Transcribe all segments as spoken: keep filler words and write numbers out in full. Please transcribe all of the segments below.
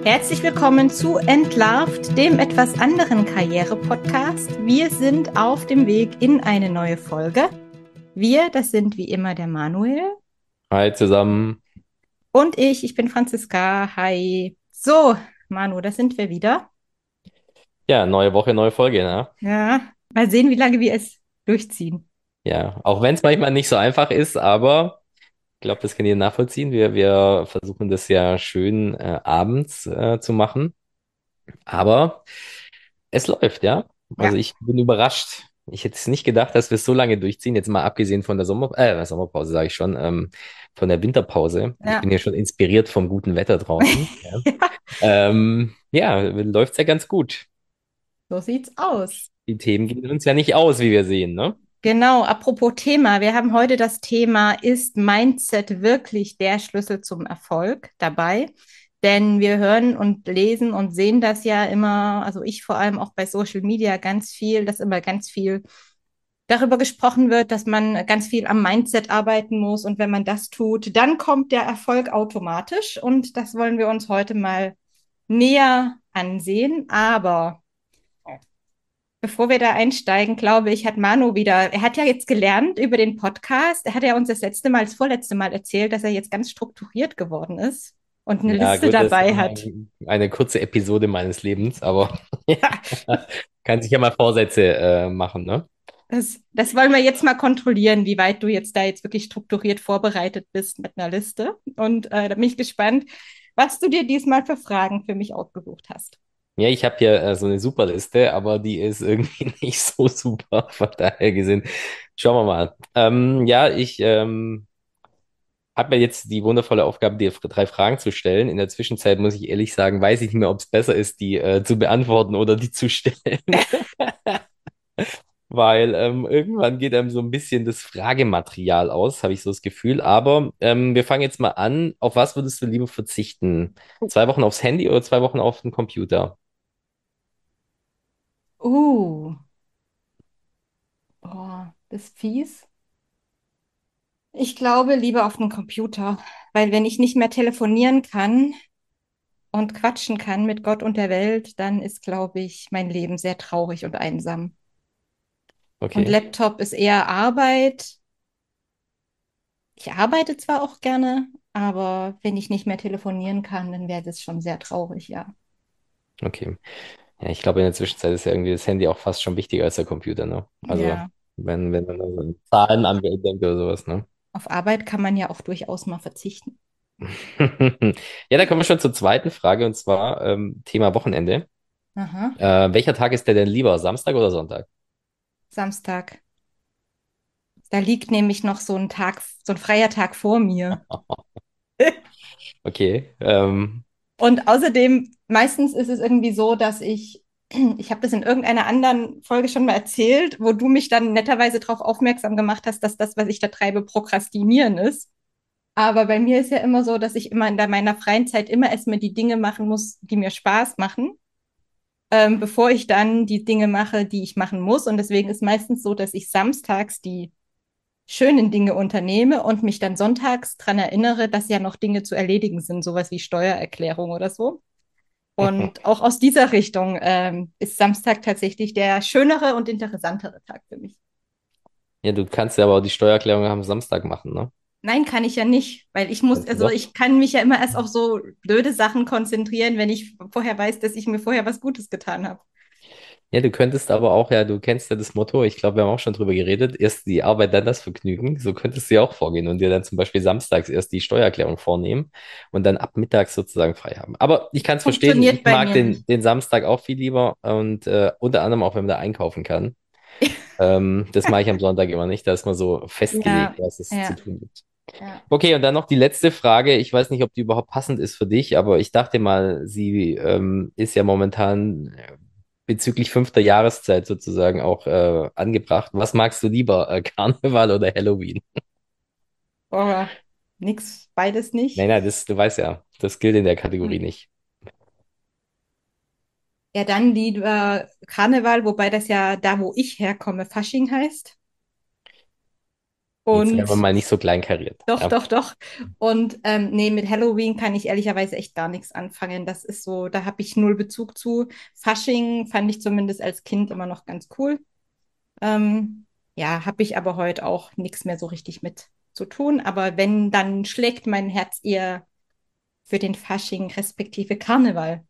Herzlich willkommen zu Entlarvt, dem etwas anderen Karriere-Podcast. Wir sind auf dem Weg in eine neue Folge. Wir, das sind wie immer der Manuel Hi zusammen. und ich, ich bin Franziska. Hi. So, Manu, da sind wir wieder. Ja, neue Woche, neue Folge, ne? Ja, mal sehen, wie lange wir es durchziehen. Ja, auch wenn es manchmal nicht so einfach ist, aber ich glaube, das kann ihr nachvollziehen. Wir, wir versuchen das ja schön äh, abends äh, zu machen, aber es läuft, ja. Also Ja, ich bin überrascht. Ich hätte es nicht gedacht, dass wir es so lange durchziehen. Jetzt mal abgesehen von der Sommer, äh, Sommerpause, sage ich schon, ähm, von der Winterpause. Ich bin ja. ja schon inspiriert vom guten Wetter draußen. Ja, Ja, ähm, ja läuft ja ganz gut. so sieht's aus. Die Themen gehen uns ja nicht aus, wie wir sehen, ne? Genau, apropos Thema. Wir haben heute das Thema, ist Mindset wirklich der Schlüssel zum Erfolg dabei? Denn wir hören und lesen und sehen das ja immer, also ich vor allem auch bei Social Media ganz viel, dass immer ganz viel darüber gesprochen wird, dass man ganz viel am Mindset arbeiten muss. Und wenn man das tut, dann kommt der Erfolg automatisch. Und das wollen wir uns heute mal näher ansehen. Aber bevor wir da einsteigen, glaube ich, hat Manu wieder, er hat ja jetzt gelernt über den Podcast. Er hat ja uns das letzte Mal, das vorletzte Mal erzählt, dass er jetzt ganz strukturiert geworden ist und eine Ja, Liste gut, das dabei war hat. eine kurze Episode meines Lebens, aber kann sich ja mal Vorsätze äh, machen, ne? Das, das wollen wir jetzt mal kontrollieren, wie weit du jetzt da jetzt wirklich strukturiert vorbereitet bist mit einer Liste. Und äh, da bin ich gespannt, was du dir diesmal für Fragen für mich ausgesucht hast. Ja, ich habe hier äh, so eine Superliste, aber die ist irgendwie nicht so super. Von daher gesehen, schauen wir mal. Ähm, ja, ich ähm, habe mir jetzt die wundervolle Aufgabe, dir drei Fragen zu stellen. In der Zwischenzeit muss ich ehrlich sagen, weiß ich nicht mehr, ob es besser ist, die äh, zu beantworten oder die zu stellen. Weil ähm, irgendwann geht einem so ein bisschen das Fragematerial aus, habe ich so das Gefühl. Aber ähm, wir fangen jetzt mal an. Auf was würdest du lieber verzichten? Zwei Wochen aufs Handy oder zwei Wochen auf den Computer? Uh, oh, das ist fies. Ich glaube lieber auf den Computer, weil wenn ich nicht mehr telefonieren kann, und quatschen kann mit Gott und der Welt, dann ist, glaube ich, mein Leben sehr traurig und einsam. Und Okay, Laptop ist eher Arbeit. Ich arbeite zwar auch gerne, aber wenn ich nicht mehr telefonieren kann, dann wäre das schon sehr traurig, ja. okay. Ja, ich glaube, in der Zwischenzeit ist ja irgendwie das Handy auch fast schon wichtiger als der Computer, ne? Also, Ja, wenn, wenn man so an Zahlen am Geld denkt oder sowas, ne? auf Arbeit kann man ja auch durchaus mal verzichten. Ja, da kommen wir schon zur zweiten Frage und zwar ähm, Thema Wochenende. Aha, Äh, welcher Tag ist der denn lieber, Samstag oder Sonntag? Samstag. Da liegt nämlich noch so ein Tag, so ein freier Tag vor mir. Okay, ähm, Und außerdem, meistens ist es irgendwie so, dass ich, ich habe das in irgendeiner anderen Folge schon mal erzählt, wo du mich dann netterweise darauf aufmerksam gemacht hast, dass das, was ich da treibe, Prokrastinieren ist. Aber bei mir ist ja immer so, dass ich immer in der, meiner freien Zeit immer erstmal die Dinge machen muss, die mir Spaß machen, ähm, bevor ich dann die Dinge mache, die ich machen muss. Und deswegen ist meistens so, dass ich samstags die schönen Dinge unternehme und mich dann sonntags daran erinnere, dass ja noch Dinge zu erledigen sind, sowas wie Steuererklärung oder so. Und auch aus dieser Richtung ähm, ist Samstag tatsächlich der schönere und interessantere Tag für mich. ja, du kannst ja aber auch die Steuererklärung am Samstag machen, ne? Nein, kann ich ja nicht, weil ich muss, Kannst du also doch. ich kann mich ja immer erst auf so blöde Sachen konzentrieren, wenn ich vorher weiß, dass ich mir vorher was Gutes getan habe. Ja, du könntest aber auch, ja, du kennst ja das Motto, ich glaube, wir haben auch schon drüber geredet, erst die Arbeit, dann das Vergnügen. So könntest du ja auch vorgehen und dir dann zum Beispiel samstags erst die Steuererklärung vornehmen und dann ab mittags sozusagen frei haben. Aber ich kann es verstehen, Funktioniert ich bei mag mir den, nicht. den Samstag auch viel lieber und äh, unter anderem auch, wenn man da einkaufen kann. Ähm, das mache ich am Sonntag immer nicht, da ist mal so festgelegt, Ja, was es zu ja, tun gibt. ja. Okay, und dann noch die letzte Frage. Ich weiß nicht, ob die überhaupt passend ist für dich, aber ich dachte mal, sie ähm, ist ja momentan äh, bezüglich fünfter Jahreszeit sozusagen auch äh, angebracht. Was magst du lieber, äh, Karneval oder Halloween? Oh, nix, beides Nein, nicht. nein, das, du weißt ja, das gilt in der Hm. Kategorie nicht. Ja, dann lieber Karneval, wobei das ja da, wo ich herkomme, Fasching heißt. Jetzt werden wir Und mal nicht so kleinkariert. doch, Ja. doch, doch. Und ähm, nee, mit Halloween kann ich ehrlicherweise echt gar nichts anfangen. Das ist so, da habe ich null Bezug zu. Fasching fand ich zumindest als Kind immer noch ganz cool. Ähm, ja, habe ich aber heute auch nichts mehr so richtig mit zu tun. Aber wenn, dann schlägt mein Herz eher für den Fasching respektive Karneval.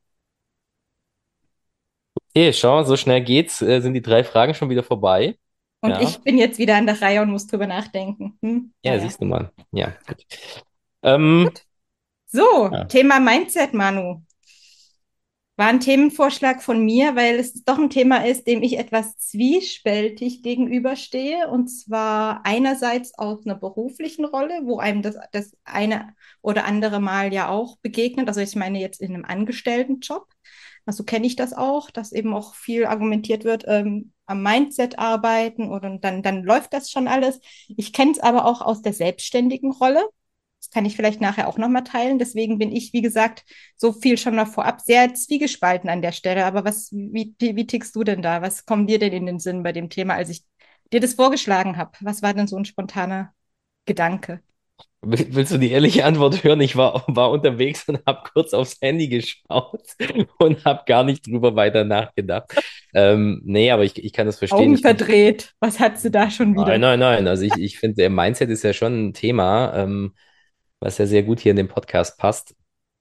Okay, schau, so schnell geht's. Äh, sind die drei Fragen schon wieder vorbei? Und Ja. ich bin jetzt wieder an der Reihe und muss drüber nachdenken. Hm? Ja, Naja. siehst du mal. Ja, gut. Ähm, So, ja. Thema Mindset, Manu. War ein Themenvorschlag von mir, weil es doch ein Thema ist, dem ich etwas zwiespältig gegenüberstehe. Und zwar einerseits aus einer beruflichen Rolle, wo einem das, das eine oder andere Mal ja auch begegnet. Also ich meine jetzt in einem Angestelltenjob. Also kenne ich das auch, dass eben auch viel argumentiert wird, ähm, am Mindset arbeiten oder dann, dann läuft das schon alles. Ich kenne es aber auch aus der selbstständigen Rolle. Das kann ich vielleicht nachher auch nochmal teilen. Deswegen bin ich, wie gesagt, so viel schon mal vorab sehr zwiegespalten an der Stelle. Aber was, wie, wie tickst du denn da? Was kommt dir denn in den Sinn bei dem Thema, als ich dir das vorgeschlagen habe? Was war denn so ein spontaner Gedanke? Will- Willst du die ehrliche Antwort hören? Ich war, war unterwegs und habe kurz aufs Handy geschaut und habe gar nicht drüber weiter nachgedacht. Ähm, nee, aber ich, ich kann das verstehen. Augen Ich finde, verdreht. Was hat sie da schon nein, wieder? nein, nein. Also ich, ich finde, der Mindset ist ja schon ein Thema, ähm, was ja sehr gut hier in den Podcast passt.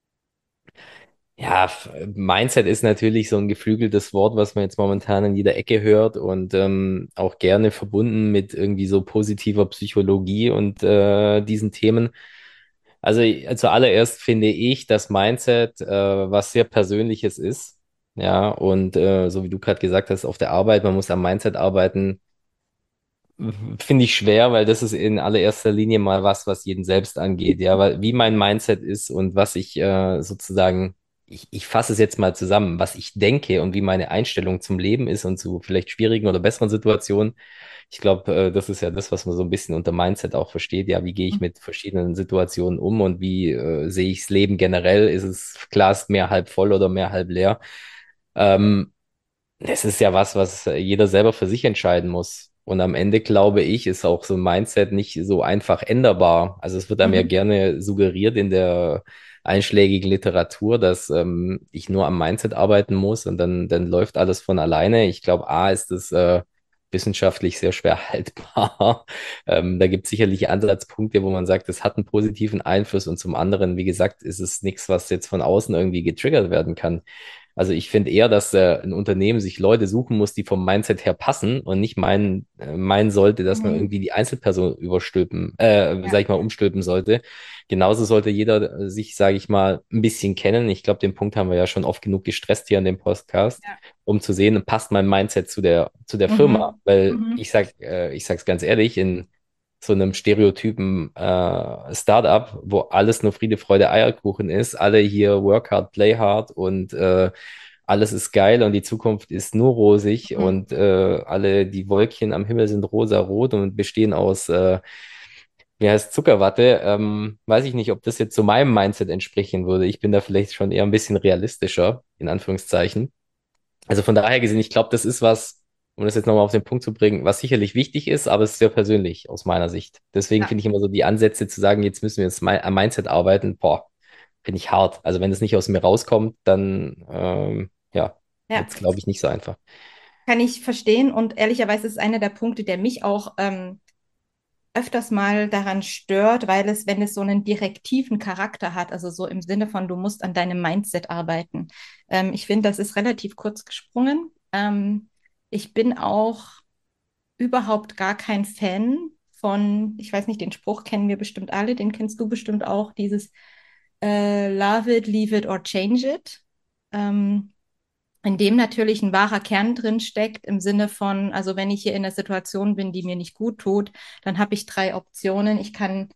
Ja, f- Mindset ist natürlich so ein geflügeltes Wort, was man jetzt momentan in jeder Ecke hört und ähm, auch gerne verbunden mit irgendwie so positiver Psychologie und äh, diesen Themen. Also äh, zuallererst finde ich, dass Mindset äh, was sehr Persönliches ist. Ja, und äh, so wie du gerade gesagt hast, auf der Arbeit, man muss am Mindset arbeiten. Finde ich schwer, weil das ist in allererster Linie mal was, was jeden selbst angeht. Ja, weil wie mein Mindset ist und was ich äh, sozusagen, ich, ich fasse es jetzt mal zusammen, was ich denke und wie meine Einstellung zum Leben ist und zu vielleicht schwierigen oder besseren Situationen. Ich glaube, äh, das ist ja das, was man so ein bisschen unter Mindset auch versteht. Ja, wie gehe ich mit verschiedenen Situationen um und wie äh, sehe ich das Leben generell? Ist es Glas mehr halb voll oder mehr halb leer? Ähm, Es ist ja was, was jeder selber für sich entscheiden muss. Und am Ende, glaube ich, ist auch so ein Mindset nicht so einfach änderbar. Also es wird einem ja Mhm. gerne suggeriert in der einschlägigen Literatur, dass ähm, ich nur am Mindset arbeiten muss und dann, dann läuft alles von alleine. Ich glaube, A, ist es äh, wissenschaftlich sehr schwer haltbar. Ähm, da gibt es sicherlich Ansatzpunkte, wo man sagt, das hat einen positiven Einfluss und zum anderen, wie gesagt, ist es nichts, was jetzt von außen irgendwie getriggert werden kann. Also ich finde eher, dass äh, ein Unternehmen sich Leute suchen muss, die vom Mindset her passen und nicht meinen, äh, meinen sollte, dass man Mhm. irgendwie die Einzelperson überstülpen, äh, Ja. sag ich mal, umstülpen sollte. Genauso sollte jeder äh, sich, sage ich mal, ein bisschen kennen. Ich glaube, den Punkt haben wir ja schon oft genug gestresst hier an dem Podcast, Ja. um zu sehen, passt mein Mindset zu der, zu der Firma. Mhm. Weil Mhm. ich sag, äh, ich sag's ganz ehrlich, in so einem Stereotypen äh, Startup, wo alles nur Friede, Freude, Eierkuchen ist, alle hier work hard, play hard und äh, alles ist geil und die Zukunft ist nur rosig Mhm. und äh, alle die Wolkchen am Himmel sind rosa-rot und bestehen aus, äh, wie heißt Zuckerwatte. Ähm, weiß ich nicht, ob das jetzt zu meinem Mindset entsprechen würde. Ich bin da vielleicht schon eher ein bisschen realistischer, in Anführungszeichen. Also von daher gesehen, ich glaube, das ist was, um das jetzt nochmal auf den Punkt zu bringen, was sicherlich wichtig ist, aber es ist sehr persönlich aus meiner Sicht. Deswegen Ja. finde ich immer so die Ansätze zu sagen, jetzt müssen wir jetzt mi- am Mindset arbeiten, boah, finde ich hart. Also wenn es nicht aus mir rauskommt, dann ähm, ja, Ja. wird es, glaube ich, nicht so einfach. Kann ich verstehen. Und ehrlicherweise ist es einer der Punkte, der mich auch ähm, öfters mal daran stört, weil es, wenn es so einen direktiven Charakter hat, also so im Sinne von, du musst an deinem Mindset arbeiten. Ähm, ich finde, das ist relativ kurz gesprungen. Ähm, ich bin auch überhaupt gar kein Fan von, ich weiß nicht, den Spruch kennen wir bestimmt alle, den kennst du bestimmt auch, dieses äh, Love it, leave it or change it. Ähm, in dem natürlich ein wahrer Kern drin steckt, im Sinne von, also wenn ich hier in einer Situation bin, die mir nicht gut tut, dann habe ich drei Optionen. Ich kann,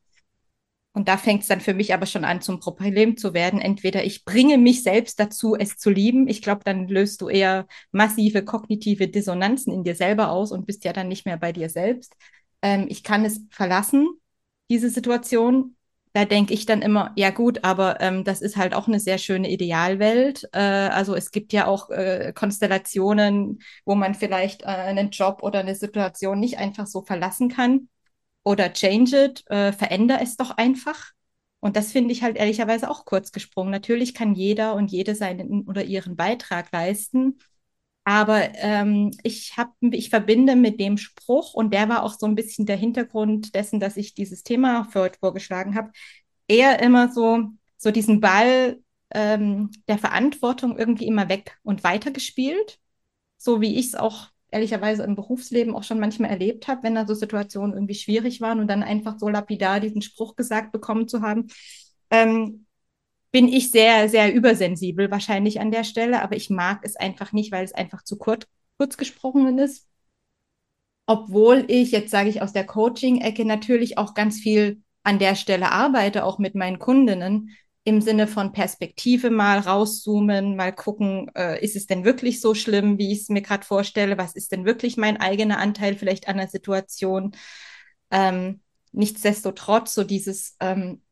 und da fängt es dann für mich aber schon an, zum Problem zu werden. Entweder ich bringe mich selbst dazu, es zu lieben. Ich glaube, dann löst du eher massive kognitive Dissonanzen in dir selber aus und bist ja dann nicht mehr bei dir selbst. Ähm, ich kann es verlassen, diese Situation. Da denke ich dann immer, ja gut, aber ähm, das ist halt auch eine sehr schöne Idealwelt. Äh, also es gibt ja auch äh, Konstellationen, wo man vielleicht äh, einen Job oder eine Situation nicht einfach so verlassen kann. oder change it, äh, veränder es doch einfach. Und das finde ich halt ehrlicherweise auch kurz gesprungen. Natürlich kann jeder und jede seinen oder ihren Beitrag leisten. Aber ähm, ich hab, ich verbinde mit dem Spruch, und der war auch so ein bisschen der Hintergrund dessen, dass ich dieses Thema für heute vorgeschlagen habe, eher immer so, so diesen Ball ähm, der Verantwortung irgendwie immer weg und weiter gespielt, so wie ich es auch ehrlicherweise im Berufsleben auch schon manchmal erlebt habe, wenn da so Situationen irgendwie schwierig waren und dann einfach so lapidar diesen Spruch gesagt bekommen zu haben. Ähm, bin ich sehr, sehr übersensibel wahrscheinlich an der Stelle, aber ich mag es einfach nicht, weil es einfach zu kurz, kurz gesprochen ist. Obwohl ich, jetzt sage ich aus der Coaching-Ecke, natürlich auch ganz viel an der Stelle arbeite, auch mit meinen Kundinnen, im Sinne von Perspektive mal rauszoomen, mal gucken, äh, ist es denn wirklich so schlimm, wie ich es mir gerade vorstelle? Was ist denn wirklich mein eigener Anteil vielleicht an der Situation? Ähm, nichtsdestotrotz, so dieses ähm,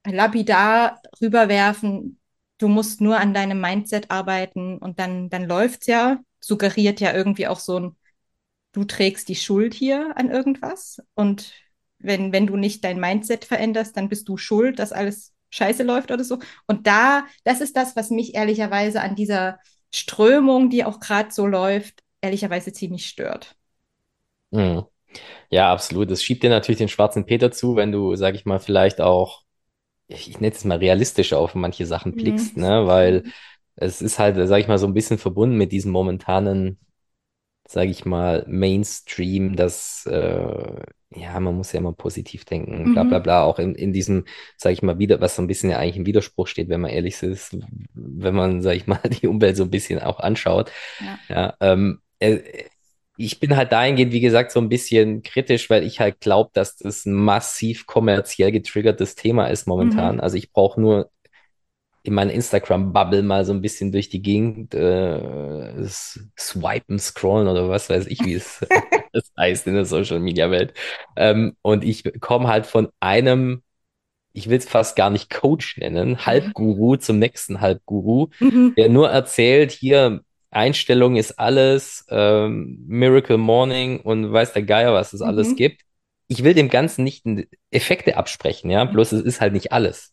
lapidar rüberwerfen, du musst nur an deinem Mindset arbeiten und dann, dann läuft's ja, suggeriert ja irgendwie auch so ein, du trägst die Schuld hier an irgendwas. Und wenn, wenn du nicht dein Mindset veränderst, dann bist du schuld, dass alles scheiße läuft oder so. Und da, das ist das, was mich ehrlicherweise an dieser Strömung, die auch gerade so läuft, ehrlicherweise ziemlich stört. Mhm. Ja, absolut. Das schiebt dir natürlich den schwarzen Peter zu, wenn du, sag ich mal, vielleicht auch, ich, ich nenne es mal realistisch auf manche Sachen blickst, Mhm. ne? Weil es ist halt, sag ich mal, so ein bisschen verbunden mit diesem momentanen, sage ich mal, Mainstream, dass, äh, ja, man muss ja immer positiv denken, bla bla Mhm. bla, auch in, in diesem, sage ich mal, wieder, was so ein bisschen ja eigentlich im Widerspruch steht, wenn man ehrlich ist, wenn man, sage ich mal, die Umwelt so ein bisschen auch anschaut. Ja. Ja, ähm, äh, ich bin halt dahingehend, wie gesagt, so ein bisschen kritisch, weil ich halt glaube, dass das ein massiv kommerziell getriggertes Thema ist momentan. Mhm. Also ich brauche nur in meiner Instagram-Bubble mal so ein bisschen durch die Gegend äh, s- swipen, scrollen oder was weiß ich, wie es das heißt in der Social-Media-Welt. Ähm, und ich komme halt von einem, ich will es fast gar nicht Coach nennen, Halbguru zum nächsten Halbguru, Mhm. der nur erzählt, hier Einstellung ist alles, ähm, Miracle Morning und weiß der Geier, was es alles Mhm. gibt. Ich will dem Ganzen nicht Effekte absprechen, ja, bloß es ist halt nicht alles.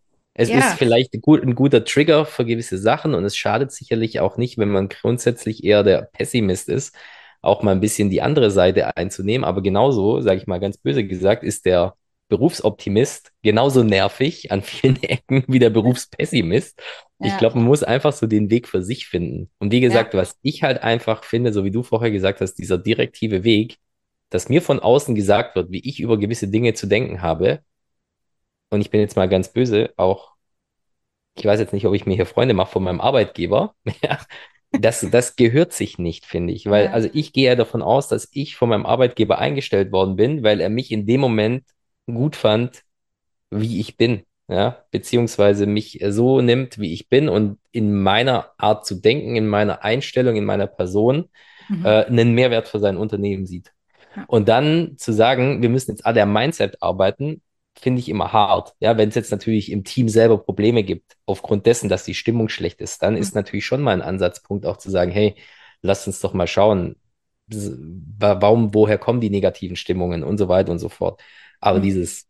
Es ist Ja. vielleicht gut, ein guter Trigger für gewisse Sachen und es schadet sicherlich auch nicht, wenn man grundsätzlich eher der Pessimist ist, auch mal ein bisschen die andere Seite einzunehmen. Aber genauso, sage ich mal ganz böse gesagt, ist der Berufsoptimist genauso nervig an vielen Ecken wie der Berufspessimist. Ich Ja. glaube, man muss einfach so den Weg für sich finden. Und wie Ja. gesagt, was ich halt einfach finde, so wie du vorher gesagt hast, dieser direktive Weg, dass mir von außen gesagt wird, wie ich über gewisse Dinge zu denken habe. Und ich bin jetzt mal ganz böse, auch ich weiß jetzt nicht, ob ich mir hier Freunde mache von meinem Arbeitgeber. Ja, das, das gehört sich nicht, finde ich. Weil, Ja. also ich gehe ja davon aus, dass ich von meinem Arbeitgeber eingestellt worden bin, weil er mich in dem Moment gut fand, wie ich bin. Ja, beziehungsweise mich so nimmt, wie ich bin und in meiner Art zu denken, in meiner Einstellung, in meiner Person Mhm. äh, einen Mehrwert für sein Unternehmen sieht. Ja. Und dann zu sagen, wir müssen jetzt alle am Mindset arbeiten, finde ich immer hart. Ja, wenn es jetzt natürlich im Team selber Probleme gibt, aufgrund dessen, dass die Stimmung schlecht ist, dann ist Mhm. natürlich schon mal ein Ansatzpunkt auch zu sagen, hey, lasst uns doch mal schauen, wa- warum, woher kommen die negativen Stimmungen und so weiter und so fort. Aber Mhm. dieses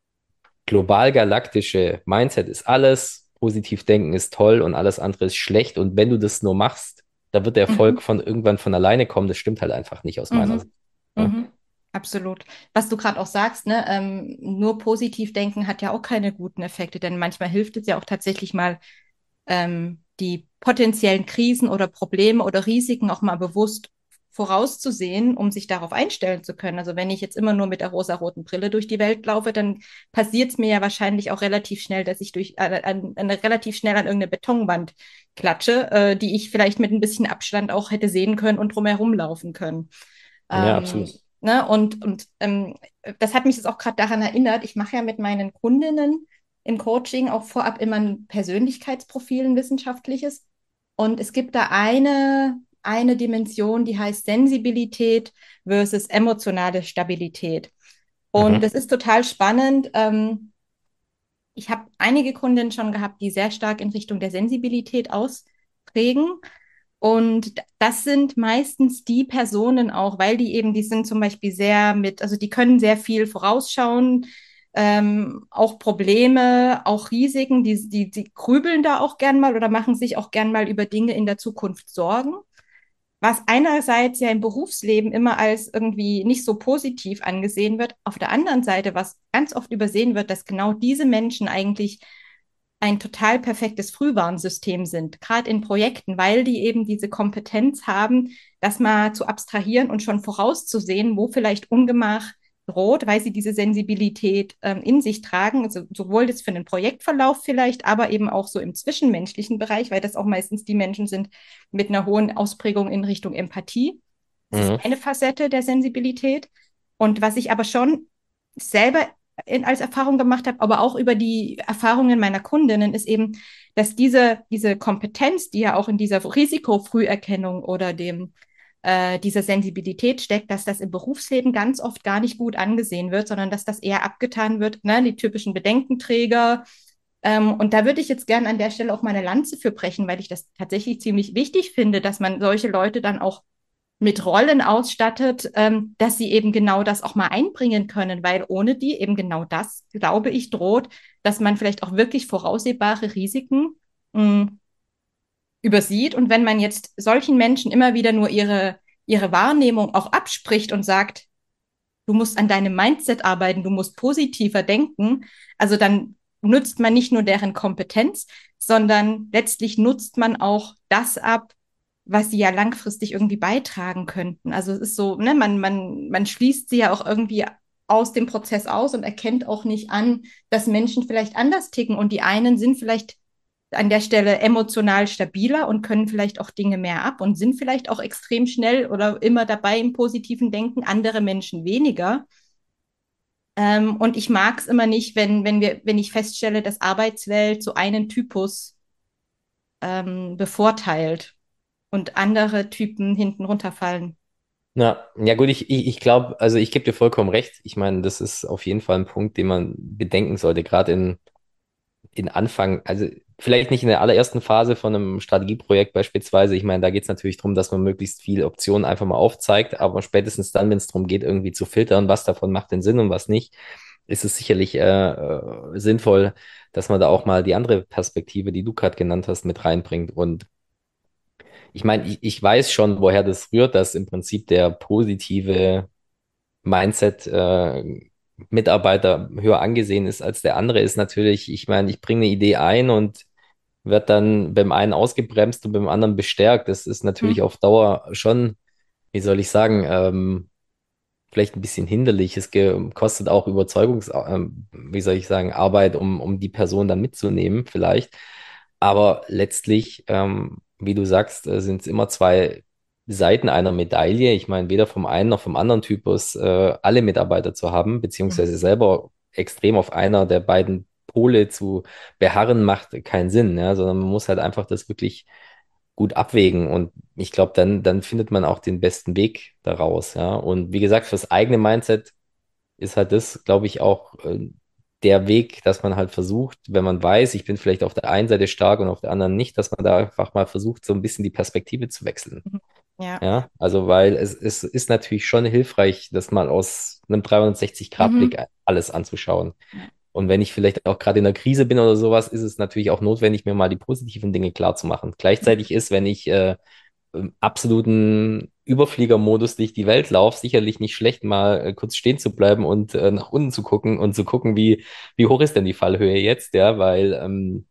global-galaktische Mindset ist alles, positiv denken ist toll und alles andere ist schlecht. Und wenn du das nur machst, da wird der Erfolg Mhm. von irgendwann von alleine kommen. Das stimmt halt einfach nicht aus meiner Sicht. Mhm. Ja, Mhm. Absolut. Was du gerade auch sagst, ne, ähm, nur positiv denken hat ja auch keine guten Effekte, denn manchmal hilft es ja auch tatsächlich mal, ähm, die potenziellen Krisen oder Probleme oder Risiken auch mal bewusst vorauszusehen, um sich darauf einstellen zu können. Also wenn ich jetzt immer nur mit der rosaroten Brille durch die Welt laufe, dann passiert es mir ja wahrscheinlich auch relativ schnell, dass ich durch äh, an, an, relativ schnell an irgendeine Betonwand klatsche, äh, die ich vielleicht mit ein bisschen Abstand auch hätte sehen können und drumherum laufen können. ja, Ähm, absolut. ne? Und, und ähm, das hat mich jetzt auch gerade daran erinnert, ich mache ja mit meinen Kundinnen im Coaching auch vorab immer ein Persönlichkeitsprofil, ein wissenschaftliches. Und es gibt da eine, eine Dimension, die heißt Sensibilität versus emotionale Stabilität. Und Mhm. das ist total spannend. Ähm, ich habe einige Kundinnen schon gehabt, die sehr stark in Richtung der Sensibilität ausprägen. Und das sind meistens die Personen auch, weil die eben, die sind zum Beispiel sehr mit, also die können sehr viel vorausschauen, ähm, auch Probleme, auch Risiken, die, die, die grübeln da auch gern mal oder machen sich auch gern mal über Dinge in der Zukunft Sorgen, was einerseits ja im Berufsleben immer als irgendwie nicht so positiv angesehen wird, auf der anderen Seite, was ganz oft übersehen wird, dass genau diese Menschen eigentlich ein total perfektes Frühwarnsystem sind, gerade in Projekten, weil die eben diese Kompetenz haben, das mal zu abstrahieren und schon vorauszusehen, wo vielleicht Ungemach droht, weil sie diese Sensibilität ähm, in sich tragen, also sowohl das für den Projektverlauf vielleicht, aber eben auch so im zwischenmenschlichen Bereich, weil das auch meistens die Menschen sind mit einer hohen Ausprägung in Richtung Empathie. Das ist Mhm. eine Facette der Sensibilität. Und was ich aber schon selber in, als Erfahrung gemacht habe, aber auch über die Erfahrungen meiner Kundinnen, ist eben, dass diese, diese Kompetenz, die ja auch in dieser Risikofrüherkennung oder dem, äh, dieser Sensibilität steckt, dass das im Berufsleben ganz oft gar nicht gut angesehen wird, sondern dass das eher abgetan wird, ne, die typischen Bedenkenträger. Ähm, und da würde ich jetzt gerne an der Stelle auch meine Lanze für brechen, weil ich das tatsächlich ziemlich wichtig finde, dass man solche Leute dann auch mit Rollen ausstattet, ähm, dass sie eben genau das auch mal einbringen können, weil ohne die eben genau das, glaube ich, droht, dass man vielleicht auch wirklich voraussehbare Risiken mh, übersieht. Und wenn man jetzt solchen Menschen immer wieder nur ihre, ihre Wahrnehmung auch abspricht und sagt, du musst an deinem Mindset arbeiten, du musst positiver denken, also dann nutzt man nicht nur deren Kompetenz, sondern letztlich nutzt man auch das ab, was sie ja langfristig irgendwie beitragen könnten. Also es ist so, ne, man, man, man schließt sie ja auch irgendwie aus dem Prozess aus und erkennt auch nicht an, dass Menschen vielleicht anders ticken und die einen sind vielleicht an der Stelle emotional stabiler und können vielleicht auch Dinge mehr ab und sind vielleicht auch extrem schnell oder immer dabei im positiven Denken, andere Menschen weniger. Ähm, und ich mag es immer nicht, wenn, wenn wir, wenn ich feststelle, dass Arbeitswelt so einen Typus ähm, bevorteilt und andere Typen hinten runterfallen. Ja, ja gut, ich, ich, ich glaube, also ich gebe dir vollkommen recht. Ich meine, das ist auf jeden Fall ein Punkt, den man bedenken sollte, gerade in, in Anfang, also vielleicht nicht in der allerersten Phase von einem Strategieprojekt beispielsweise. Ich meine, da geht es natürlich darum, dass man möglichst viele Optionen einfach mal aufzeigt, aber spätestens dann, wenn es darum geht, irgendwie zu filtern, was davon macht denn Sinn und was nicht, ist es sicherlich äh, äh, sinnvoll, dass man da auch mal die andere Perspektive, die du gerade genannt hast, mit reinbringt. Und ich meine, ich, ich weiß schon, woher das rührt, dass im Prinzip der positive Mindset äh, Mitarbeiter höher angesehen ist als der andere, ist natürlich, ich meine, ich bringe eine Idee ein und werde dann beim einen ausgebremst und beim anderen bestärkt. Das ist natürlich Hm. auf Dauer schon, wie soll ich sagen, ähm, vielleicht ein bisschen hinderlich. Es ge- kostet auch Überzeugungs, ähm, wie soll ich sagen, Arbeit, um, um die Person dann mitzunehmen, vielleicht. Aber letztlich, ähm, wie du sagst, äh, sind es immer zwei Seiten einer Medaille. Ich meine, weder vom einen noch vom anderen Typus äh, alle Mitarbeiter zu haben, beziehungsweise selber extrem auf einer der beiden Pole zu beharren, macht keinen Sinn, ja, sondern man muss halt einfach das wirklich gut abwägen. Und ich glaube, dann, dann findet man auch den besten Weg daraus, ja. Und wie gesagt, fürs eigene Mindset ist halt das, glaube ich, auch äh, der Weg, dass man halt versucht, wenn man weiß, ich bin vielleicht auf der einen Seite stark und auf der anderen nicht, dass man da einfach mal versucht, so ein bisschen die Perspektive zu wechseln. Ja. Ja, also weil es, es ist natürlich schon hilfreich, das mal aus einem Mhm. dreihundertsechzig-Grad-Blick alles anzuschauen. Ja. Und wenn ich vielleicht auch gerade in der Krise bin oder sowas, ist es natürlich auch notwendig, mir mal die positiven Dinge klar zu machen. Gleichzeitig ist, wenn ich äh, im absoluten Überfliegermodus durch die Welt laufe, sicherlich nicht schlecht, mal äh, kurz stehen zu bleiben und äh, nach unten zu gucken und zu gucken, wie, wie hoch ist denn die Fallhöhe jetzt, ja, weil ähm,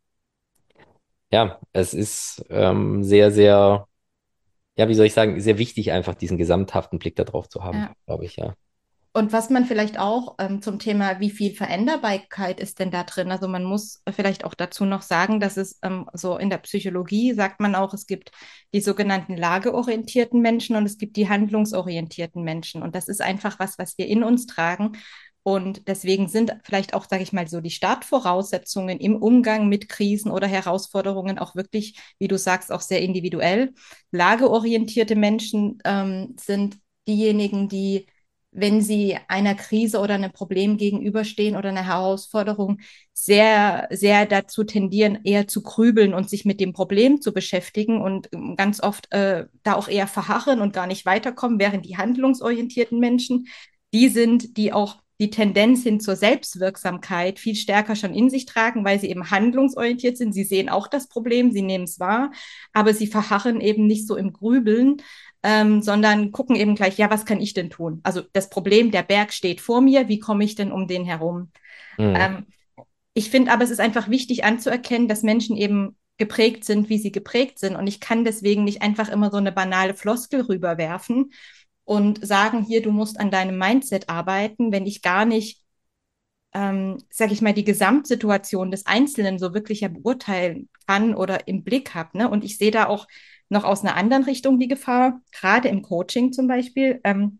ja, es ist ähm, sehr, sehr, ja, wie soll ich sagen, sehr wichtig, einfach diesen gesamthaften Blick darauf zu haben, Ja. glaube ich, ja. Und was man vielleicht auch ähm, zum Thema, wie viel Veränderbarkeit ist denn da drin? Also man muss vielleicht auch dazu noch sagen, dass es ähm, so in der Psychologie sagt man auch, es gibt die sogenannten lageorientierten Menschen und es gibt die handlungsorientierten Menschen. Und das ist einfach was, was wir in uns tragen. Und deswegen sind vielleicht auch, sage ich mal, so die Startvoraussetzungen im Umgang mit Krisen oder Herausforderungen auch wirklich, wie du sagst, auch sehr individuell. Lageorientierte Menschen ähm, sind diejenigen, die wenn sie einer Krise oder einem Problem gegenüberstehen oder einer Herausforderung, sehr, sehr dazu tendieren, eher zu grübeln und sich mit dem Problem zu beschäftigen und ganz oft äh, da auch eher verharren und gar nicht weiterkommen, während die handlungsorientierten Menschen die sind, die auch die Tendenz hin zur Selbstwirksamkeit viel stärker schon in sich tragen, weil sie eben handlungsorientiert sind. Sie sehen auch das Problem, sie nehmen es wahr, aber sie verharren eben nicht so im Grübeln, ähm, sondern gucken eben gleich, ja, was kann ich denn tun? Also das Problem, der Berg steht vor mir, wie komme ich denn um den herum? Mhm. Ähm, ich finde aber, es ist einfach wichtig anzuerkennen, dass Menschen eben geprägt sind, wie sie geprägt sind. Und ich kann deswegen nicht einfach immer so eine banale Floskel rüberwerfen und sagen, hier, du musst an deinem Mindset arbeiten, wenn ich gar nicht, ähm, sage ich mal, die Gesamtsituation des Einzelnen so wirklich ja beurteilen kann oder im Blick habe. Ne? Und ich sehe da auch noch aus einer anderen Richtung die Gefahr, gerade im Coaching zum Beispiel, ähm,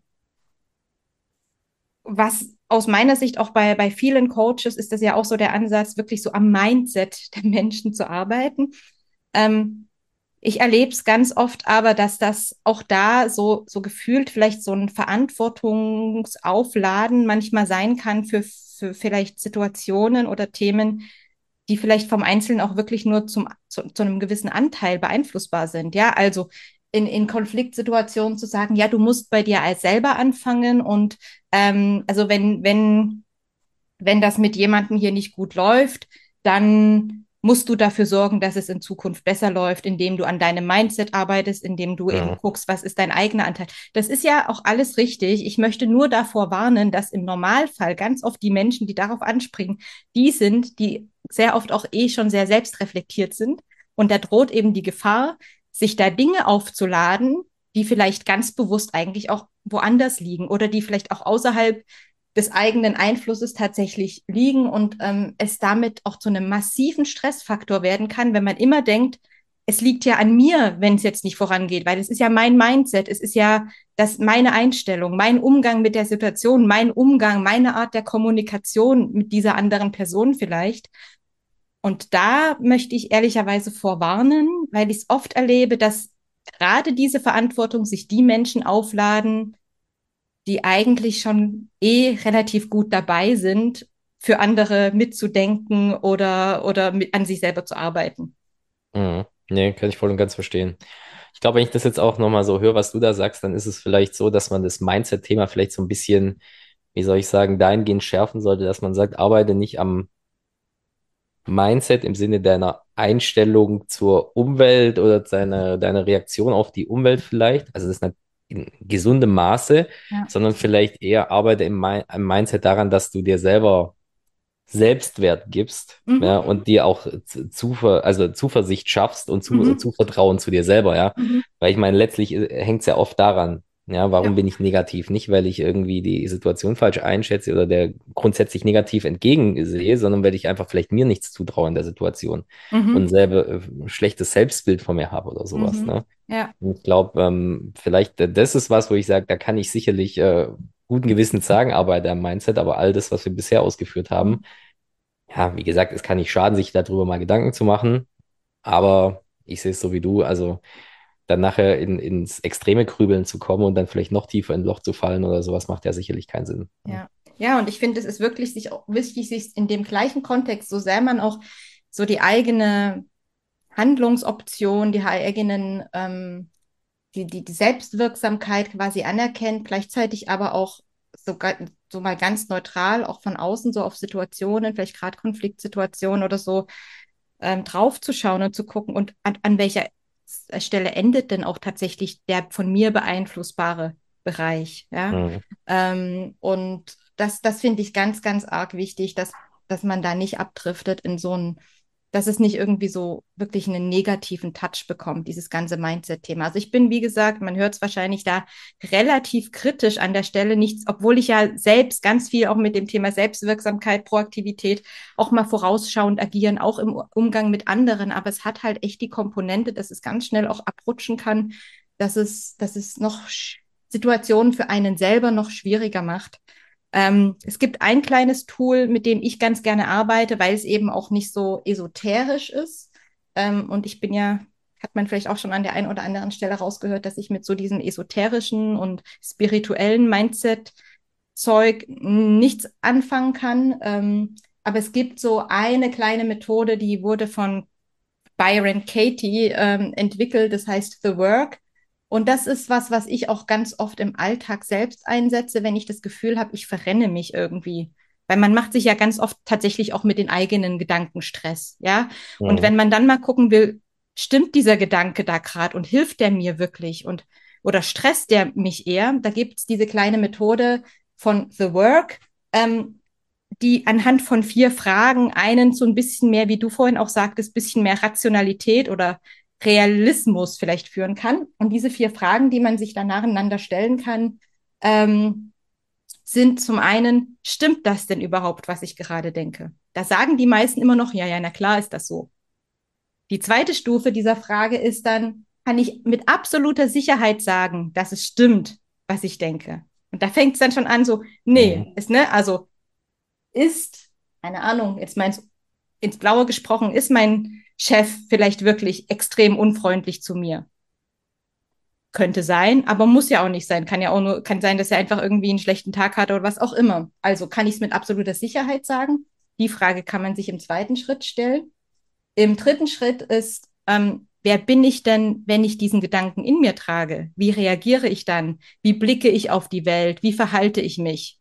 was aus meiner Sicht auch bei, bei vielen Coaches ist das ja auch so der Ansatz, wirklich so am Mindset der Menschen zu arbeiten. Ähm, ich erlebe es ganz oft aber, dass das auch da so, so gefühlt vielleicht so ein Verantwortungsaufladen manchmal sein kann für, für vielleicht Situationen oder Themen, die vielleicht vom Einzelnen auch wirklich nur zum, zu, zu einem gewissen Anteil beeinflussbar sind. Ja, also in, in Konfliktsituationen zu sagen, ja, du musst bei dir als selber anfangen und ähm, also wenn, wenn wenn das mit jemandem hier nicht gut läuft, dann musst du dafür sorgen, dass es in Zukunft besser läuft, indem du an deinem Mindset arbeitest, indem du eben Mhm. guckst, was ist dein eigener Anteil. Das ist ja auch alles richtig. Ich möchte nur davor warnen, dass im Normalfall ganz oft die Menschen, die darauf anspringen, die sind, die sehr oft auch eh schon sehr selbstreflektiert sind. Und da droht eben die Gefahr, sich da Dinge aufzuladen, die vielleicht ganz bewusst eigentlich auch woanders liegen oder die vielleicht auch außerhalb des eigenen Einflusses tatsächlich liegen und ähm, es damit auch zu einem massiven Stressfaktor werden kann, wenn man immer denkt, es liegt ja an mir, wenn es jetzt nicht vorangeht, weil es ist ja mein Mindset, es ist ja das meine Einstellung, mein Umgang mit der Situation, mein Umgang, meine Art der Kommunikation mit dieser anderen Person vielleicht. Und da möchte ich ehrlicherweise vorwarnen, weil ich es oft erlebe, dass gerade diese Verantwortung sich die Menschen aufladen, die eigentlich schon eh relativ gut dabei sind, für andere mitzudenken oder, oder mit, an sich selber zu arbeiten. Mhm. Nee, kann ich voll und ganz verstehen. Ich glaube, wenn ich das jetzt auch nochmal so höre, was du da sagst, dann ist es vielleicht so, dass man das Mindset-Thema vielleicht so ein bisschen, wie soll ich sagen, dahingehend schärfen sollte, dass man sagt, arbeite nicht am Mindset im Sinne deiner Einstellung zur Umwelt oder deiner, deiner Reaktion auf die Umwelt vielleicht. Also das ist eine, in gesundem Maße, Ja. sondern vielleicht eher arbeite im, Mi- im Mindset daran, dass du dir selber Selbstwert gibst, ja, Mhm. und dir auch Z- Zuver also Zuversicht schaffst und zu Mhm. Zuvertrauen zu dir selber, ja. Mhm. Weil ich meine, letztlich hängt es ja oft daran, ja, warum Ja. bin ich negativ? Nicht, weil ich irgendwie die Situation falsch einschätze oder der grundsätzlich negativ entgegensehe, sondern weil ich einfach vielleicht mir nichts zutraue in der Situation und Mhm. selber äh, ein schlechtes Selbstbild von mir habe oder sowas, Mhm. ne? Ja. Und ich glaube, ähm, vielleicht, äh, das ist was, wo ich sage, da kann ich sicherlich äh, guten Gewissens sagen, arbeite am Mindset, aber all das, was wir bisher ausgeführt haben, ja, wie gesagt, es kann nicht schaden, sich darüber mal Gedanken zu machen, aber ich sehe es so wie du, also dann nachher in, ins extreme Grübeln zu kommen und dann vielleicht noch tiefer in ein Loch zu fallen oder sowas, macht ja sicherlich keinen Sinn. Ja. Ja, und ich finde, es ist wirklich sich auch wichtig, sich in dem gleichen Kontext, so sehr man auch so die eigene Handlungsoption, die eigenen, ähm, die, die, die Selbstwirksamkeit quasi anerkennt, gleichzeitig aber auch so, so mal ganz neutral, auch von außen so auf Situationen, vielleicht gerade Konfliktsituationen oder so, ähm, draufzuschauen und zu gucken und an, an welcher Stelle endet denn auch tatsächlich der von mir beeinflussbare Bereich, ja. Mhm. Ähm, und das, das finde ich ganz, ganz arg wichtig, dass, dass man da nicht abdriftet in so ein, dass es nicht irgendwie so wirklich einen negativen Touch bekommt, dieses ganze Mindset-Thema. Also ich bin, wie gesagt, man hört es wahrscheinlich da relativ kritisch an der Stelle, nichts, obwohl ich ja selbst ganz viel auch mit dem Thema Selbstwirksamkeit, Proaktivität auch mal vorausschauend agieren, auch im Umgang mit anderen. Aber es hat halt echt die Komponente, dass es ganz schnell auch abrutschen kann, dass es, dass es noch Situationen für einen selber noch schwieriger macht. Ähm, es gibt ein kleines Tool, mit dem ich ganz gerne arbeite, weil es eben auch nicht so esoterisch ist. Ähm, und ich bin ja, hat man vielleicht auch schon an der einen oder anderen Stelle rausgehört, dass ich mit so diesem esoterischen und spirituellen Mindset Zeug nichts anfangen kann. Ähm, aber es gibt so eine kleine Methode, die wurde von Byron Katie ähm, entwickelt, das heißt The Work. Und das ist was, was ich auch ganz oft im Alltag selbst einsetze, wenn ich das Gefühl habe, ich verrenne mich irgendwie. Weil man macht sich ja ganz oft tatsächlich auch mit den eigenen Gedanken Stress, ja. Und Mhm. wenn man dann mal gucken will, stimmt dieser Gedanke da gerade und hilft der mir wirklich und oder stresst der mich eher, da gibt es diese kleine Methode von The Work, ähm, die anhand von vier Fragen einen so ein bisschen mehr, wie du vorhin auch sagtest, bisschen mehr Rationalität oder Realismus vielleicht führen kann. Und diese vier Fragen, die man sich dann nacheinander stellen kann, ähm, sind zum einen, stimmt das denn überhaupt, was ich gerade denke? Da sagen die meisten immer noch, ja, ja, na klar ist das so. Die zweite Stufe dieser Frage ist dann, kann ich mit absoluter Sicherheit sagen, dass es stimmt, was ich denke? Und da fängt es dann schon an, so, nee, Mhm. ist, ne, also ist, keine Ahnung, jetzt meins ins Blaue gesprochen, ist mein Chef vielleicht wirklich extrem unfreundlich zu mir? Könnte sein, aber muss ja auch nicht sein. Kann ja auch nur, kann sein, dass er einfach irgendwie einen schlechten Tag hatte oder was auch immer. Also kann ich es mit absoluter Sicherheit sagen? Die Frage kann man sich im zweiten Schritt stellen. Im dritten Schritt ist, ähm, wer bin ich denn, wenn ich diesen Gedanken in mir trage? Wie reagiere ich dann? Wie blicke ich auf die Welt? Wie verhalte ich mich?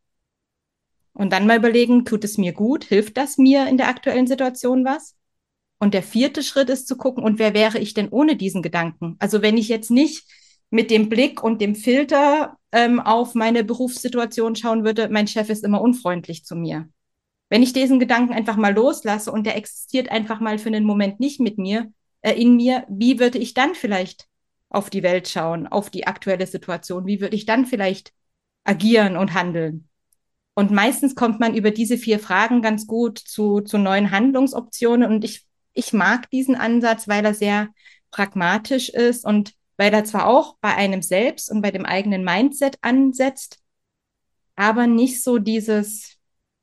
Und dann mal überlegen, tut es mir gut? Hilft das mir in der aktuellen Situation was? Und der vierte Schritt ist zu gucken, und wer wäre ich denn ohne diesen Gedanken? Also wenn ich jetzt nicht mit dem Blick und dem Filter ähm, auf meine Berufssituation schauen würde, mein Chef ist immer unfreundlich zu mir. Wenn ich diesen Gedanken einfach mal loslasse und der existiert einfach mal für einen Moment nicht mit mir, äh, in mir, wie würde ich dann vielleicht auf die Welt schauen, auf die aktuelle Situation? Wie würde ich dann vielleicht agieren und handeln? Und meistens kommt man über diese vier Fragen ganz gut zu, zu neuen Handlungsoptionen. Und ich, ich mag diesen Ansatz, weil er sehr pragmatisch ist und weil er zwar auch bei einem selbst und bei dem eigenen Mindset ansetzt, aber nicht so dieses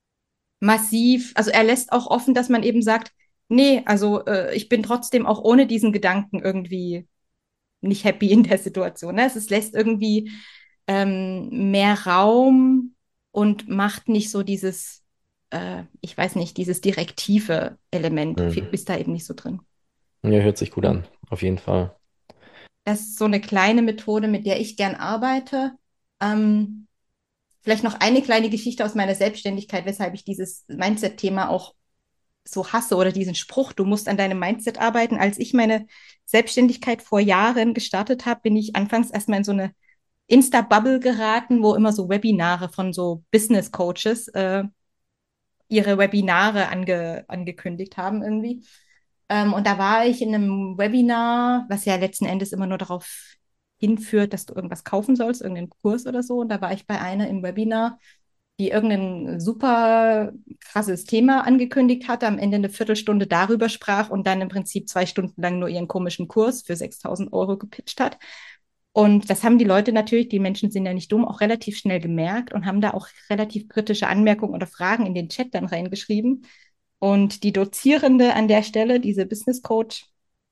massiv, also er lässt auch offen, dass man eben sagt, nee, also äh, ich bin trotzdem auch ohne diesen Gedanken irgendwie nicht happy in der Situation. Ne? Es, es lässt irgendwie ähm, mehr Raum und macht nicht so dieses, äh, ich weiß nicht, dieses direktive Element Mhm. ist da eben nicht so drin. Ja, hört sich gut an, auf jeden Fall. Das ist so eine kleine Methode, mit der ich gern arbeite. Ähm, vielleicht noch eine kleine Geschichte aus meiner Selbstständigkeit, weshalb ich dieses Mindset-Thema auch so hasse oder diesen Spruch, du musst an deinem Mindset arbeiten. Als ich meine Selbstständigkeit vor Jahren gestartet habe, bin ich anfangs erstmal in so eine Insta-Bubble geraten, wo immer so Webinare von so Business Coaches äh, ihre Webinare ange angekündigt haben irgendwie. Ähm, und da war ich in einem Webinar, was ja letzten Endes immer nur darauf hinführt, dass du irgendwas kaufen sollst, irgendeinen Kurs oder so. Und da war ich bei einer im Webinar, die irgendein super krasses Thema angekündigt hatte, am Ende eine Viertelstunde darüber sprach und dann im Prinzip zwei Stunden lang nur ihren komischen Kurs für sechstausend Euro gepitcht hat. Und das haben die Leute natürlich, die Menschen sind ja nicht dumm, auch relativ schnell gemerkt und haben da auch relativ kritische Anmerkungen oder Fragen in den Chat dann reingeschrieben. Und die Dozierende an der Stelle, diese Business Coach,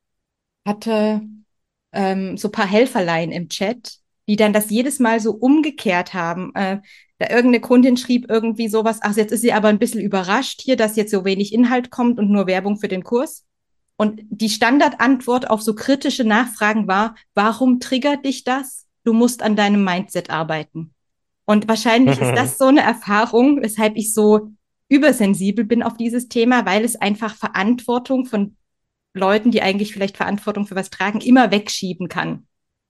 hatte ähm, so ein paar Helferlein im Chat, die dann das jedes Mal so umgekehrt haben. Äh, da irgendeine Kundin schrieb irgendwie sowas, ach, jetzt ist sie aber ein bisschen überrascht hier, dass jetzt so wenig Inhalt kommt und nur Werbung für den Kurs. Und die Standardantwort auf so kritische Nachfragen war, warum triggert dich das? Du musst an deinem Mindset arbeiten. Und wahrscheinlich ist das so eine Erfahrung, weshalb ich so übersensibel bin auf dieses Thema, weil es einfach Verantwortung von Leuten, die eigentlich vielleicht Verantwortung für was tragen, immer wegschieben kann.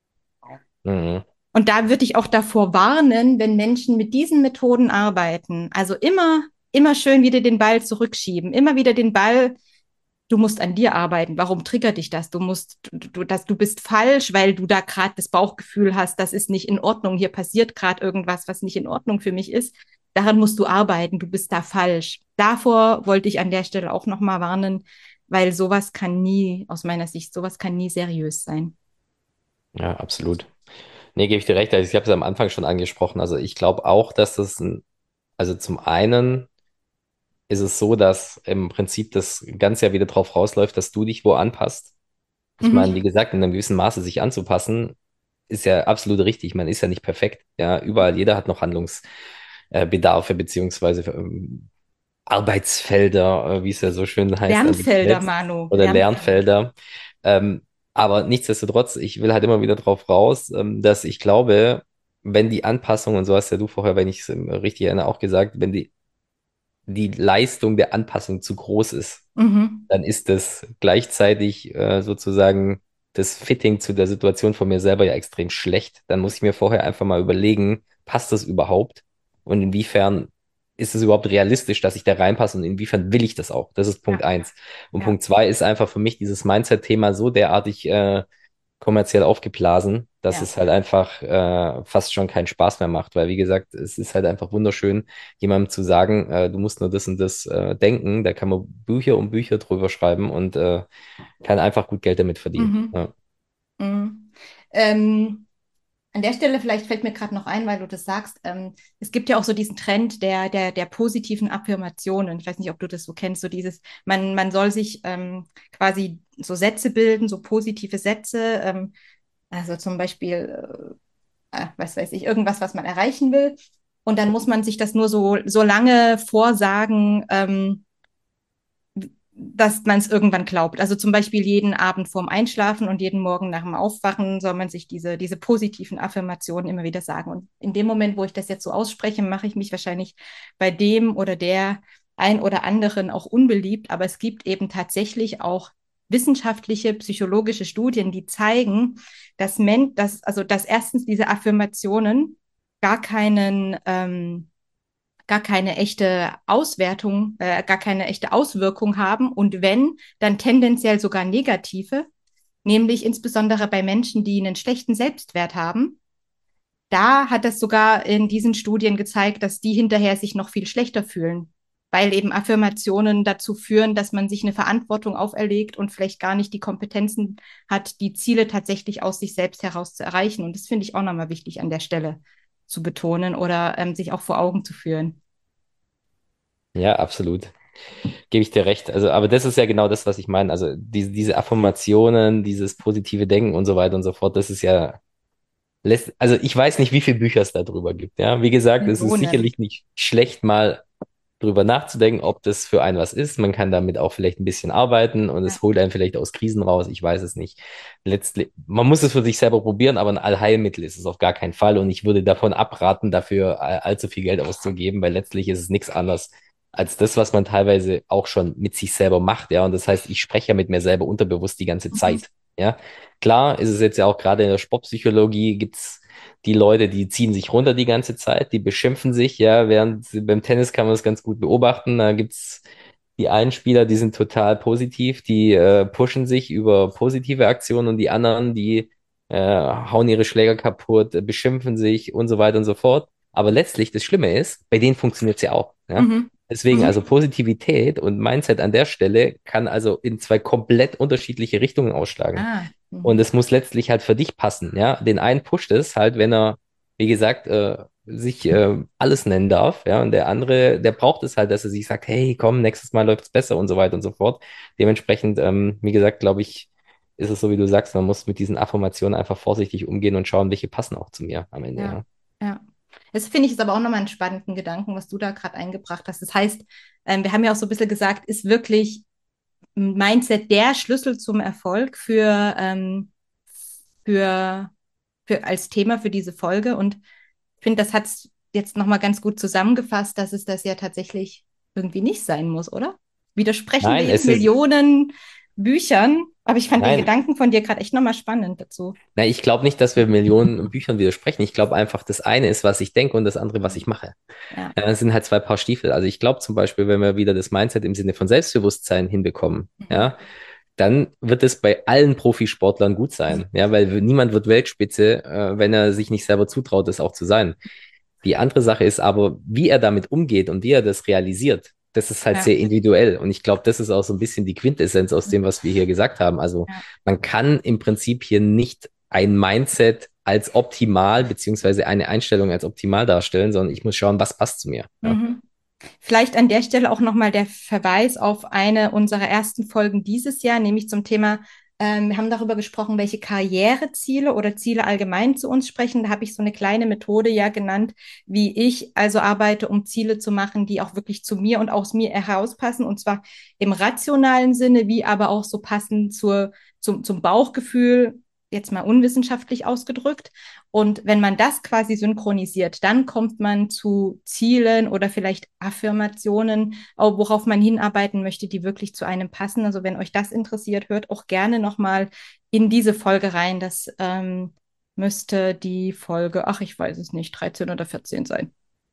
Mhm. Und da würde ich auch davor warnen, wenn Menschen mit diesen Methoden arbeiten. Also immer, immer schön wieder den Ball zurückschieben, immer wieder den Ball, du musst an dir arbeiten. Warum triggert dich das? Du musst, du, du, das, du bist falsch, weil du da gerade das Bauchgefühl hast, das ist nicht in Ordnung. Hier passiert gerade irgendwas, was nicht in Ordnung für mich ist. Daran musst du arbeiten. Du bist da falsch. Davor wollte ich an der Stelle auch nochmal warnen, weil sowas kann nie, aus meiner Sicht, sowas kann nie seriös sein. Ja, absolut. Nee, gebe ich dir recht. Also ich habe es am Anfang schon angesprochen. Also ich glaube auch, dass das ein, also zum einen ist es so, dass im Prinzip das Ganze ja wieder drauf rausläuft, dass du dich wo anpasst. Ich meine, wie Mhm. gesagt, in einem gewissen Maße sich anzupassen, ist ja absolut richtig. Man ist ja nicht perfekt. Ja, überall, jeder hat noch Handlungsspielraum äh, Bedarfe beziehungsweise ähm, Arbeitsfelder, äh, wie es ja so schön heißt, an sich Lernfelder, setzt Manu, oder Lernfelder. Lernfelder. Ähm, aber nichtsdestotrotz, ich will halt immer wieder drauf raus, ähm, dass ich glaube, wenn die Anpassung, und so hast ja du vorher, wenn ich es ähm, richtig erinnere, auch gesagt, wenn die, die Leistung der Anpassung zu groß ist, Mhm. dann ist das gleichzeitig äh, sozusagen das Fitting zu der Situation von mir selber ja extrem schlecht. Dann muss ich mir vorher einfach mal überlegen, passt das überhaupt? Und inwiefern ist es überhaupt realistisch, dass ich da reinpasse und inwiefern will ich das auch? Das ist Punkt Ja, eins. Und ja. Punkt zwei ist einfach für mich dieses Mindset-Thema so derartig äh, kommerziell aufgeblasen, dass Ja. es halt einfach äh, fast schon keinen Spaß mehr macht. Weil, wie gesagt, es ist halt einfach wunderschön, jemandem zu sagen, äh, du musst nur das und das äh, denken. Da kann man Bücher und Bücher drüber schreiben und äh, kann einfach gut Geld damit verdienen. Mhm. Ja. Mhm. Ähm, An der Stelle, vielleicht fällt mir gerade noch ein, weil du das sagst, ähm, es gibt ja auch so diesen Trend der, der, der positiven Affirmationen. Ich weiß nicht, ob du das so kennst, so dieses, man, man soll sich ähm, quasi so Sätze bilden, so positive Sätze, ähm, also zum Beispiel, äh, äh, was weiß ich, irgendwas, was man erreichen will. Und dann muss man sich das nur so, so lange vorsagen, ähm, dass man es irgendwann glaubt. Also zum Beispiel jeden Abend vorm Einschlafen und jeden Morgen nach dem Aufwachen soll man sich diese, diese positiven Affirmationen immer wieder sagen. Und in dem Moment, wo ich das jetzt so ausspreche, mache ich mich wahrscheinlich bei dem oder der ein oder anderen auch unbeliebt. Aber es gibt eben tatsächlich auch wissenschaftliche, psychologische Studien, die zeigen, dass, Men dass, also, dass erstens diese Affirmationen gar keinen ähm, gar keine echte Auswertung, äh, gar keine echte Auswirkung haben und wenn, dann tendenziell sogar negative, nämlich insbesondere bei Menschen, die einen schlechten Selbstwert haben. Da hat es sogar in diesen Studien gezeigt, dass die hinterher sich noch viel schlechter fühlen, weil eben Affirmationen dazu führen, dass man sich eine Verantwortung auferlegt und vielleicht gar nicht die Kompetenzen hat, die Ziele tatsächlich aus sich selbst heraus zu erreichen. Und das finde ich auch nochmal wichtig an der Stelle zu betonen oder ähm, sich auch vor Augen zu führen. Ja, absolut. Gebe ich dir recht. Also, aber das ist ja genau das, was ich meine. Also, diese, diese Affirmationen, dieses positive Denken und so weiter und so fort, das ist ja, lässt, also ich weiß nicht, wie viele Bücher es darüber gibt. Ja, wie gesagt, es ist Millionen. sicherlich nicht schlecht, mal drüber nachzudenken, ob das für einen was ist. Man kann damit auch vielleicht ein bisschen arbeiten und Ja. es holt einen vielleicht aus Krisen raus. Ich weiß es nicht. Letztlich, man muss es für sich selber probieren, aber ein Allheilmittel ist es auf gar keinen Fall. Und ich würde davon abraten, dafür all- allzu viel Geld auszugeben, weil letztlich ist es nichts anderes als das, was man teilweise auch schon mit sich selber macht. Ja, und das heißt, ich spreche ja mit mir selber unterbewusst die ganze Mhm. Zeit. Ja, klar ist es jetzt ja auch gerade in der Sportpsychologie gibt's die Leute, die ziehen sich runter die ganze Zeit, die beschimpfen sich, ja, während beim Tennis kann man das ganz gut beobachten. Da gibt's die einen Spieler, die sind total positiv, die äh, pushen sich über positive Aktionen und die anderen, die äh, hauen ihre Schläger kaputt, äh, beschimpfen sich und so weiter und so fort. Aber letztlich das Schlimme ist, bei denen funktioniert's ja auch. Ja? Mhm. Deswegen, Mhm. also Positivität und Mindset an der Stelle kann also in zwei komplett unterschiedliche Richtungen ausschlagen. Ah. Und Mhm. es muss letztlich halt für dich passen, ja. Den einen pusht es halt, wenn er, wie gesagt, äh, sich äh, alles nennen darf, ja. Und der andere, der braucht es halt, dass er sich sagt, hey, komm, nächstes Mal läuft es besser und so weiter und so fort. Dementsprechend, ähm, wie gesagt, glaube ich, ist es so, wie du sagst, man muss mit diesen Affirmationen einfach vorsichtig umgehen und schauen, welche passen auch zu mir am Ende, Ja. ja. Ja. Das finde ich ist aber auch nochmal einen spannenden Gedanken, was du da gerade eingebracht hast. Das heißt, ähm, wir haben ja auch so ein bisschen gesagt, ist wirklich Mindset der Schlüssel zum Erfolg für, ähm, für, für als Thema für diese Folge. Und ich finde, das hat es jetzt nochmal ganz gut zusammengefasst, dass es das ja tatsächlich irgendwie nicht sein muss, oder? Widersprechen wir Nein, jetzt es ist, Millionen Büchern, aber ich fand den nein, Gedanken von dir gerade echt nochmal spannend dazu. nein, ich glaube nicht, dass wir Millionen Büchern widersprechen. Ich glaube einfach, das eine ist, was ich denke und das andere, was ich mache. Ja. Ja, das sind halt zwei Paar Stiefel. Also ich glaube zum Beispiel, wenn wir wieder das Mindset im Sinne von Selbstbewusstsein hinbekommen, Mhm. ja, dann wird es bei allen Profisportlern gut sein. Ja, weil niemand wird Weltspitze, äh, wenn er sich nicht selber zutraut, das auch zu sein. Die andere Sache ist aber, wie er damit umgeht und wie er das realisiert, das ist halt Ja. sehr individuell. Und ich glaube, das ist auch so ein bisschen die Quintessenz aus dem, was wir hier gesagt haben. Also Ja. man kann im Prinzip hier nicht ein Mindset als optimal beziehungsweise eine Einstellung als optimal darstellen, sondern ich muss schauen, was passt zu mir. Ja. Mhm. Vielleicht an der Stelle auch nochmal der Verweis auf eine unserer ersten Folgen dieses Jahr, nämlich zum Thema Ähm, wir haben darüber gesprochen, welche Karriereziele oder Ziele allgemein zu uns sprechen. Da habe ich so eine kleine Methode ja genannt, wie ich also arbeite, um Ziele zu machen, die auch wirklich zu mir und aus mir herauspassen. Und zwar im rationalen Sinne, wie aber auch so passend zur, zum, zum Bauchgefühl, jetzt mal unwissenschaftlich ausgedrückt. Und wenn man das quasi synchronisiert, dann kommt man zu Zielen oder vielleicht Affirmationen, worauf man hinarbeiten möchte, die wirklich zu einem passen. Also wenn euch das interessiert, hört auch gerne nochmal in diese Folge rein. Das ähm, müsste die Folge, ach, ich weiß es nicht, dreizehn oder vierzehn sein.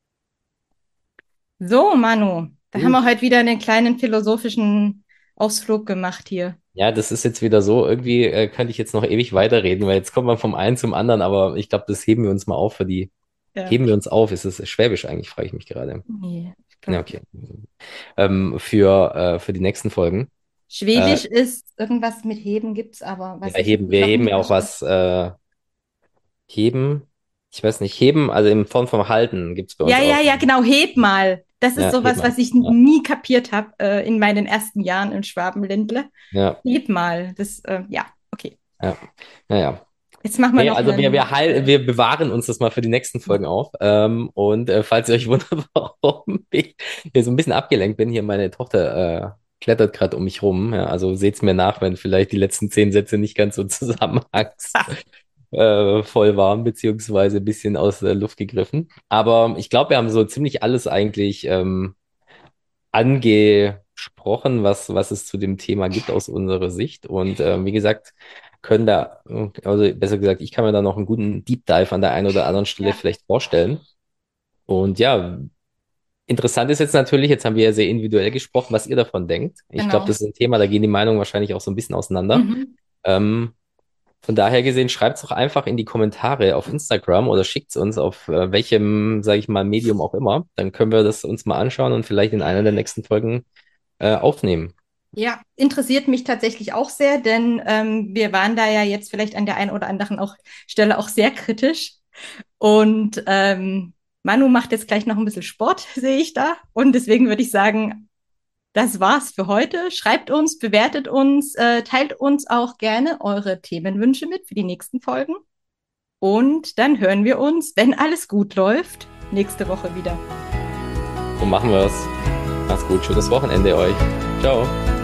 So, Manu, da haben wir Gut. heute wieder einen kleinen philosophischen Ausflug gemacht hier. Ja, das ist jetzt wieder so. Irgendwie äh, könnte ich jetzt noch ewig weiterreden, weil jetzt kommt man vom einen zum anderen, aber ich glaube, das heben wir uns mal auf für die. Ja. Heben wir uns auf. Ist es Schwäbisch eigentlich, frage ich mich gerade. Nee, ich Ja, glaube, okay. Ähm, für, äh, für die nächsten Folgen. Äh, Schwäbisch ist irgendwas mit Heben gibt's, aber ja, was ich jetzt heben, wir noch heben nicht ja auch verstehe. was. Äh, heben, ich weiß nicht, heben, also in Form vom Halten gibt es bei uns Ja, ja, auch. ja, genau, heb mal. Das ist Ja, heb sowas, mal. was ich Ja, nie kapiert habe äh, in meinen ersten Jahren im Schwabenländle. ja, Heb mal. Das, äh, ja, okay. ja. Naja. Jetzt machen wir Nee, noch also wir, wir, einen. heil, wir bewahren uns das mal für die nächsten Folgen auf. Ähm, und äh, falls ihr euch wundert, warum ich hier so ein bisschen abgelenkt bin, hier meine Tochter äh, klettert gerade um mich rum. Ja, also seht's mir nach, wenn vielleicht die letzten zehn Sätze nicht ganz so zusammenhangs Ha, äh, voll waren, beziehungsweise ein bisschen aus der Luft gegriffen. Aber ich glaube, wir haben so ziemlich alles eigentlich ähm, angesprochen, was, was es zu dem Thema gibt aus unserer Sicht. Und äh, wie gesagt, können da, also besser gesagt, ich kann mir da noch einen guten Deep Dive an der einen oder anderen Stelle ja, vielleicht vorstellen. Und ja, interessant ist jetzt natürlich, jetzt haben wir ja sehr individuell gesprochen, was ihr davon denkt. Ich glaube, genau. das ist ein Thema, da gehen die Meinungen wahrscheinlich auch so ein bisschen auseinander. Mhm. Ähm, von daher gesehen, schreibt es doch einfach in die Kommentare auf Instagram oder schickt es uns auf äh, welchem, sage ich mal, Medium auch immer. Dann können wir das uns mal anschauen und vielleicht in einer der nächsten Folgen äh, aufnehmen. Ja, interessiert mich tatsächlich auch sehr, denn ähm, wir waren da ja jetzt vielleicht an der einen oder anderen auch Stelle auch sehr kritisch. Und ähm, Manu macht jetzt gleich noch ein bisschen Sport, sehe ich da. Und deswegen würde ich sagen, das war's für heute. Schreibt uns, bewertet uns, äh, teilt uns auch gerne eure Themenwünsche mit für die nächsten Folgen. Und dann hören wir uns, wenn alles gut läuft, nächste Woche wieder. So machen wir es. Macht's gut, schönes Wochenende euch. Ciao.